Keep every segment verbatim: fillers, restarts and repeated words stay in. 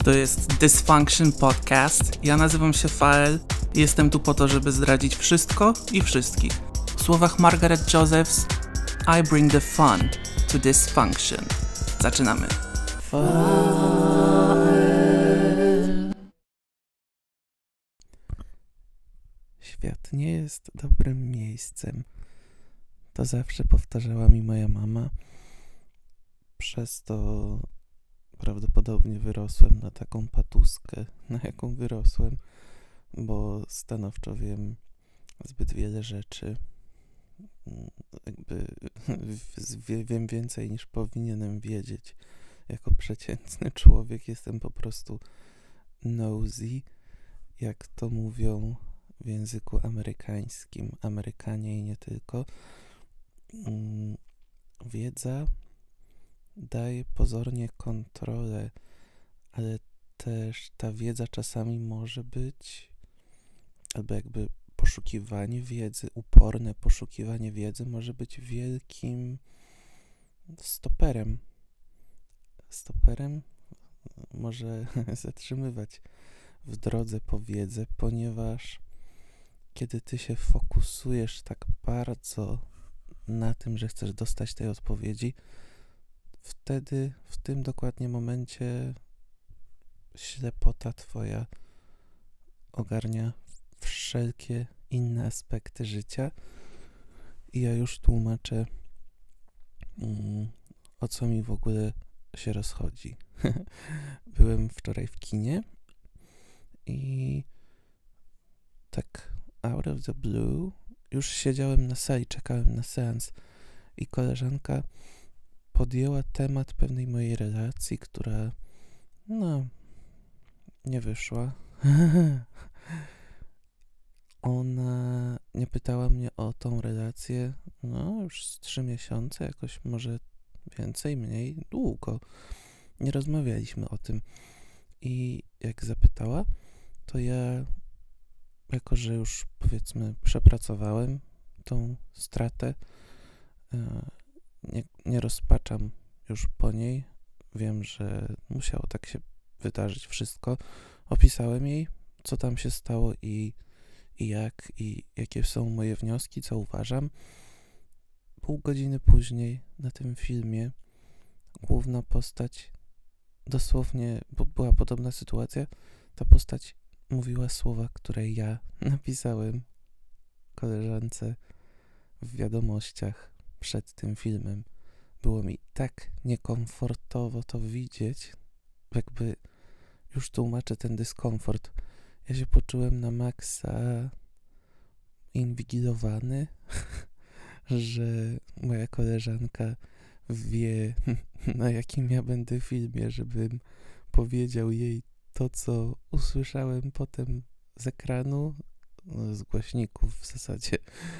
To jest Dysfunction Podcast. Ja nazywam się Fael i jestem tu po to, żeby zdradzić wszystko i wszystkich. W słowach Margaret Josephs, I bring the fun to dysfunction. Zaczynamy. Fael. Świat nie jest dobrym miejscem. To zawsze powtarzała mi moja mama. Przez to prawdopodobnie wyrosłem na taką patuskę, na jaką wyrosłem, bo stanowczo wiem zbyt wiele rzeczy. Jakby wiem więcej niż powinienem wiedzieć. Jako przeciętny człowiek jestem po prostu nosy, jak to mówią w języku amerykańskim. Amerykanie i nie tylko. Wiedza daje pozornie kontrolę, ale też ta wiedza czasami może być, albo jakby poszukiwanie wiedzy, uporne poszukiwanie wiedzy może być wielkim stoperem. Stoperem może zatrzymywać w drodze po wiedzę, ponieważ kiedy ty się fokusujesz tak bardzo na tym, że chcesz dostać tej odpowiedzi, wtedy, w tym dokładnie momencie ślepota twoja ogarnia wszelkie inne aspekty życia. I ja już tłumaczę, mm, o co mi w ogóle się rozchodzi. Byłem wczoraj w kinie i tak out of the blue już siedziałem na sali, czekałem na seans i koleżanka podjęła temat pewnej mojej relacji, która no nie wyszła. Ona nie pytała mnie o tą relację no już z trzy miesiące, jakoś może więcej, mniej, długo. Nie rozmawialiśmy o tym. I jak zapytała, to ja, jako że już powiedzmy przepracowałem tą stratę, nie, nie rozpaczam już po niej. Wiem, że musiało tak się wydarzyć wszystko. Opisałem jej, co tam się stało i, i jak, i jakie są moje wnioski, co uważam. Pół godziny później na tym filmie główna postać, dosłownie, bo była podobna sytuacja, ta postać mówiła słowa, które ja napisałem koleżance w wiadomościach przed tym filmem. Było mi tak niekomfortowo to widzieć, jakby już tłumaczę ten dyskomfort. Ja się poczułem na maksa inwigilowany, że moja koleżanka wie, na jakim ja będę filmie, żebym powiedział jej to, co usłyszałem potem z ekranu, no, z głośników w zasadzie.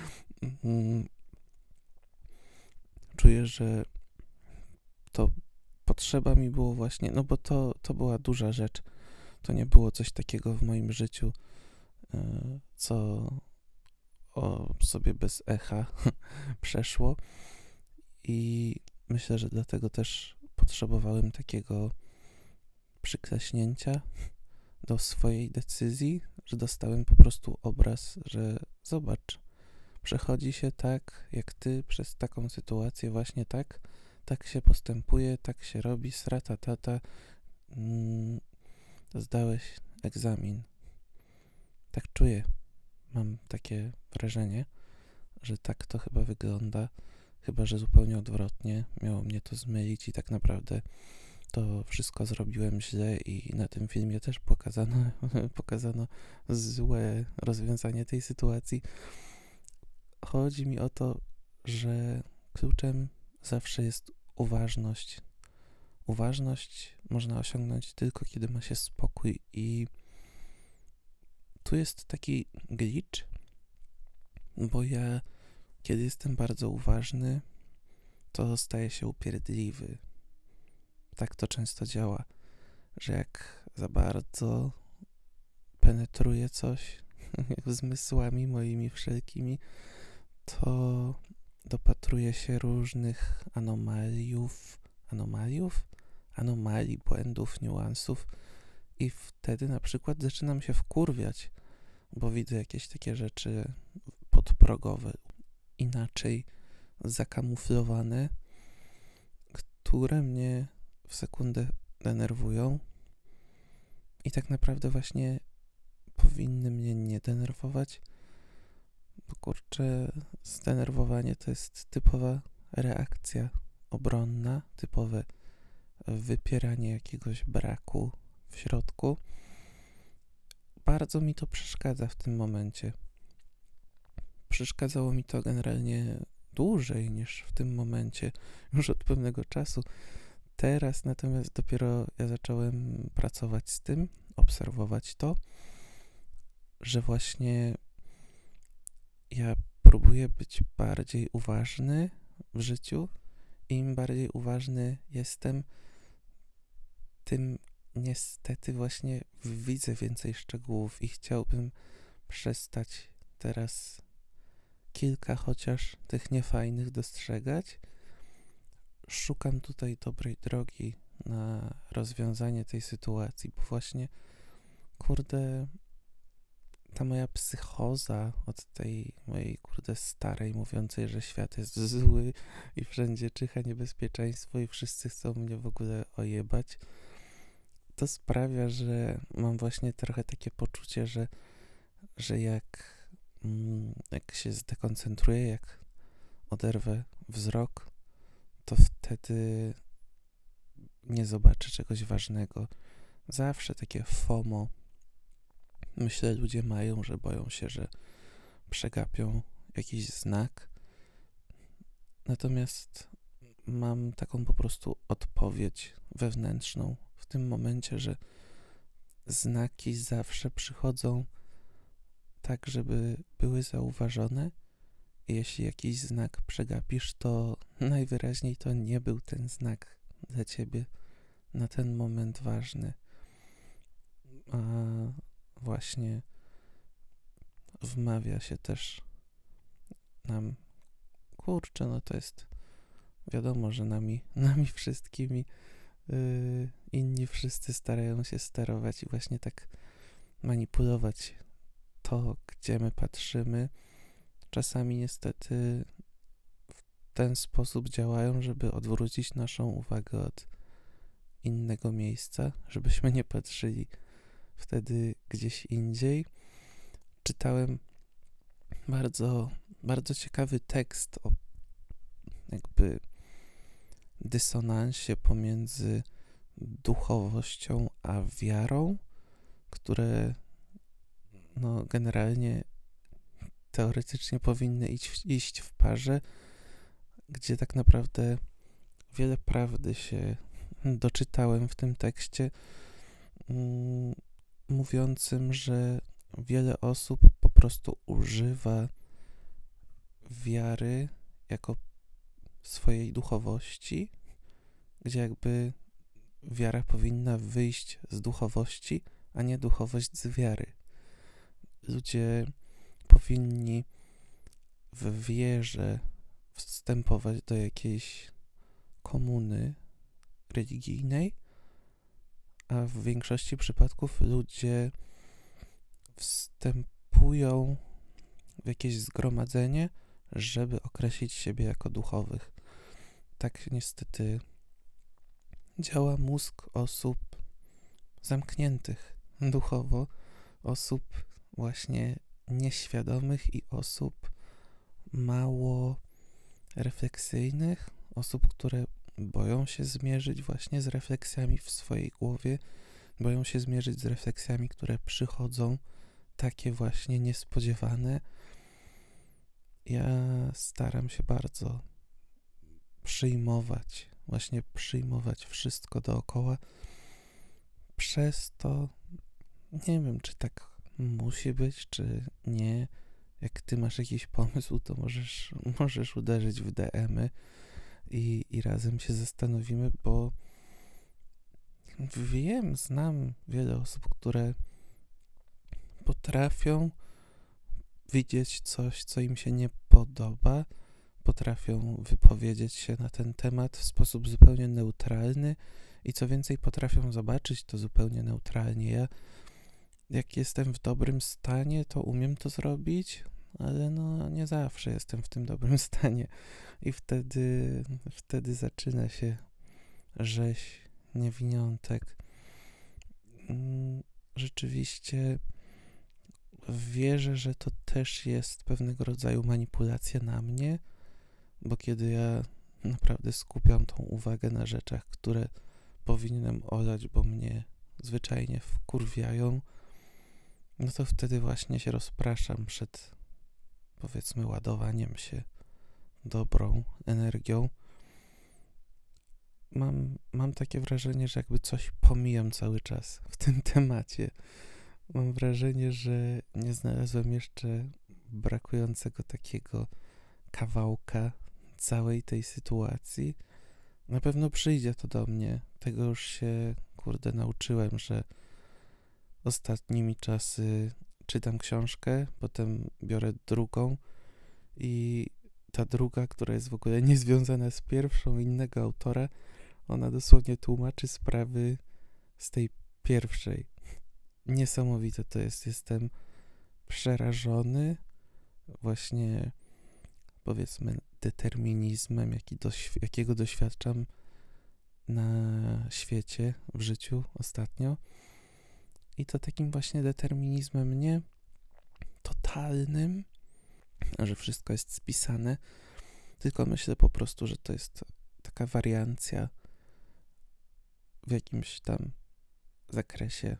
Czuję, że to potrzeba mi było właśnie, no bo to, to była duża rzecz. To nie było coś takiego w moim życiu, co o sobie bez echa przeszło. I myślę, że dlatego też potrzebowałem takiego przyklaśnięcia do swojej decyzji, że dostałem po prostu obraz, że zobacz, przechodzi się tak, jak ty przez taką sytuację, właśnie tak, tak się postępuje, tak się robi, srata tata, mm, zdałeś egzamin. Tak czuję, mam takie wrażenie, że tak to chyba wygląda, chyba że zupełnie odwrotnie, miało mnie to zmylić i tak naprawdę to wszystko zrobiłem źle i na tym filmie też pokazano, pokazano złe rozwiązanie tej sytuacji. Chodzi mi o to, że kluczem zawsze jest uważność. Uważność można osiągnąć tylko, kiedy ma się spokój i tu jest taki glitch, bo ja, kiedy jestem bardzo uważny, to staję się upierdliwy. Tak to często działa, że jak za bardzo penetruję coś zmysłami moimi wszelkimi, to dopatruję się różnych anomaliów, anomaliów? Anomalii, błędów, niuansów I wtedy na przykład zaczynam się wkurwiać, bo widzę jakieś takie rzeczy podprogowe, inaczej zakamuflowane, które mnie w sekundę denerwują i tak naprawdę właśnie powinny mnie nie denerwować, bo kurczę, zdenerwowanie to jest typowa reakcja obronna, typowe wypieranie jakiegoś braku w środku. Bardzo mi to przeszkadza w tym momencie. Przeszkadzało mi to generalnie dłużej niż w tym momencie, już od pewnego czasu. Teraz natomiast dopiero ja zacząłem pracować z tym, obserwować to, że właśnie ja próbuję być bardziej uważny w życiu. Im bardziej uważny jestem, tym niestety właśnie widzę więcej szczegółów i chciałbym przestać teraz kilka chociaż tych niefajnych dostrzegać. Szukam tutaj dobrej drogi na rozwiązanie tej sytuacji, bo właśnie, kurde, ta moja psychoza od tej mojej, kurde, starej, mówiącej, że świat jest zły i wszędzie czyha niebezpieczeństwo i wszyscy chcą mnie w ogóle ojebać, to sprawia, że mam właśnie trochę takie poczucie, że, że jak, mm, jak się zdekoncentruję, jak oderwę wzrok, to wtedy nie zobaczę czegoś ważnego. Zawsze takie FOMO, myślę, ludzie mają, że boją się, że przegapią jakiś znak. Natomiast mam taką po prostu odpowiedź wewnętrzną w tym momencie, że znaki zawsze przychodzą tak, żeby były zauważone. I jeśli jakiś znak przegapisz, to najwyraźniej to nie był ten znak dla ciebie na ten moment ważny. A właśnie wmawia się też nam, kurczę, no to jest wiadomo, że nami, nami wszystkimi yy, inni wszyscy starają się sterować i właśnie tak manipulować to, gdzie my patrzymy. Czasami niestety w ten sposób działają, żeby odwrócić naszą uwagę od innego miejsca, żebyśmy nie patrzyli wtedy gdzieś indziej. Czytałem bardzo, bardzo ciekawy tekst o jakby dysonansie pomiędzy duchowością a wiarą, które no generalnie teoretycznie powinny iść, iść w parze, gdzie tak naprawdę wiele prawdy się doczytałem w tym tekście, mm, mówiącym, że wiele osób po prostu używa wiary jako swojej duchowości, gdzie jakby wiara powinna wyjść z duchowości, a nie duchowość z wiary. Ludzie powinni w wierze wstępować do jakiejś komuny religijnej, a w większości przypadków ludzie wstępują w jakieś zgromadzenie, żeby określić siebie jako duchowych. Tak niestety działa mózg osób zamkniętych duchowo, osób właśnie nieświadomych i osób mało refleksyjnych, osób, które boją się zmierzyć właśnie z refleksjami w swojej głowie, boją się zmierzyć z refleksjami, które przychodzą, takie właśnie niespodziewane. Ja staram się bardzo przyjmować, właśnie przyjmować wszystko dookoła. Przez to nie wiem, czy tak musi być, czy nie. Jak ty masz jakiś pomysł, to możesz, możesz uderzyć w D M y i, i razem się zastanowimy, bo wiem, znam wiele osób, które potrafią widzieć coś, co im się nie podoba, potrafią wypowiedzieć się na ten temat w sposób zupełnie neutralny I co więcej, potrafią zobaczyć to zupełnie neutralnie. Ja, jak jestem w dobrym stanie, to umiem to zrobić, ale no nie zawsze jestem w tym dobrym stanie. I wtedy, wtedy zaczyna się rzeź niewiniątek. Rzeczywiście wierzę, że to też jest pewnego rodzaju manipulacja na mnie, bo kiedy ja naprawdę skupiam tą uwagę na rzeczach, które powinienem olać, bo mnie zwyczajnie wkurwiają, no to wtedy właśnie się rozpraszam przed, powiedzmy, ładowaniem się dobrą energią. Mam, mam takie wrażenie, że jakby coś pomijam cały czas w tym temacie. Mam wrażenie, że nie znalazłem jeszcze brakującego takiego kawałka całej tej sytuacji. Na pewno przyjdzie to do mnie. Tego już się, kurde, nauczyłem, że ostatnimi czasy czytam książkę, potem biorę drugą i ta druga, która jest w ogóle niezwiązana z pierwszą, innego autora, ona dosłownie tłumaczy sprawy z tej pierwszej. Niesamowite to jest. Jestem przerażony właśnie, powiedzmy, determinizmem, jaki doświ- jakiego doświadczam na świecie, w życiu ostatnio. I to takim właśnie determinizmem nie totalnym, że wszystko jest spisane, tylko myślę po prostu, że to jest taka wariancja w jakimś tam zakresie.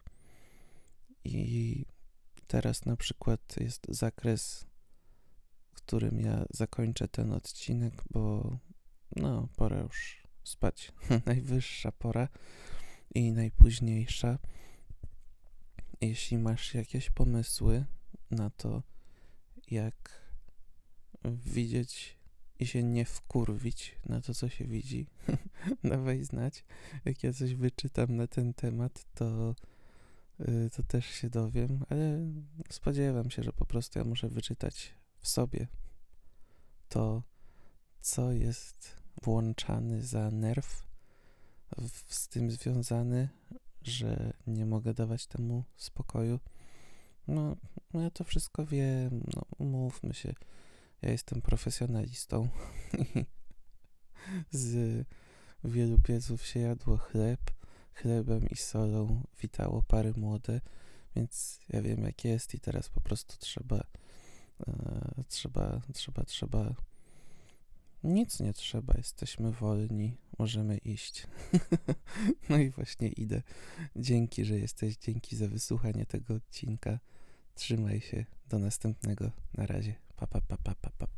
I teraz na przykład jest zakres, którym ja zakończę ten odcinek, bo no, pora już spać. Najwyższa pora i najpóźniejsza. Jeśli masz jakieś pomysły na to, jak widzieć i się nie wkurwić na to, co się widzi, dawaj znać. Jak ja coś wyczytam na ten temat, to, yy, to też się dowiem, ale spodziewam się, że po prostu ja muszę wyczytać w sobie to, co jest włączany za nerw, w, z tym związany, że nie mogę dawać temu spokoju. No, no ja to wszystko wiem, no umówmy się, ja jestem profesjonalistą. Z wielu pieców się jadło chleb, chlebem i solą witało pary młode, więc ja wiem jak jest i teraz po prostu trzeba, e, trzeba, trzeba, trzeba, nic nie trzeba, jesteśmy wolni, możemy iść. No i właśnie idę. Dzięki, że jesteś, dzięki za wysłuchanie tego odcinka. Trzymaj się, do następnego, na razie, pa pa pa pa pa pa.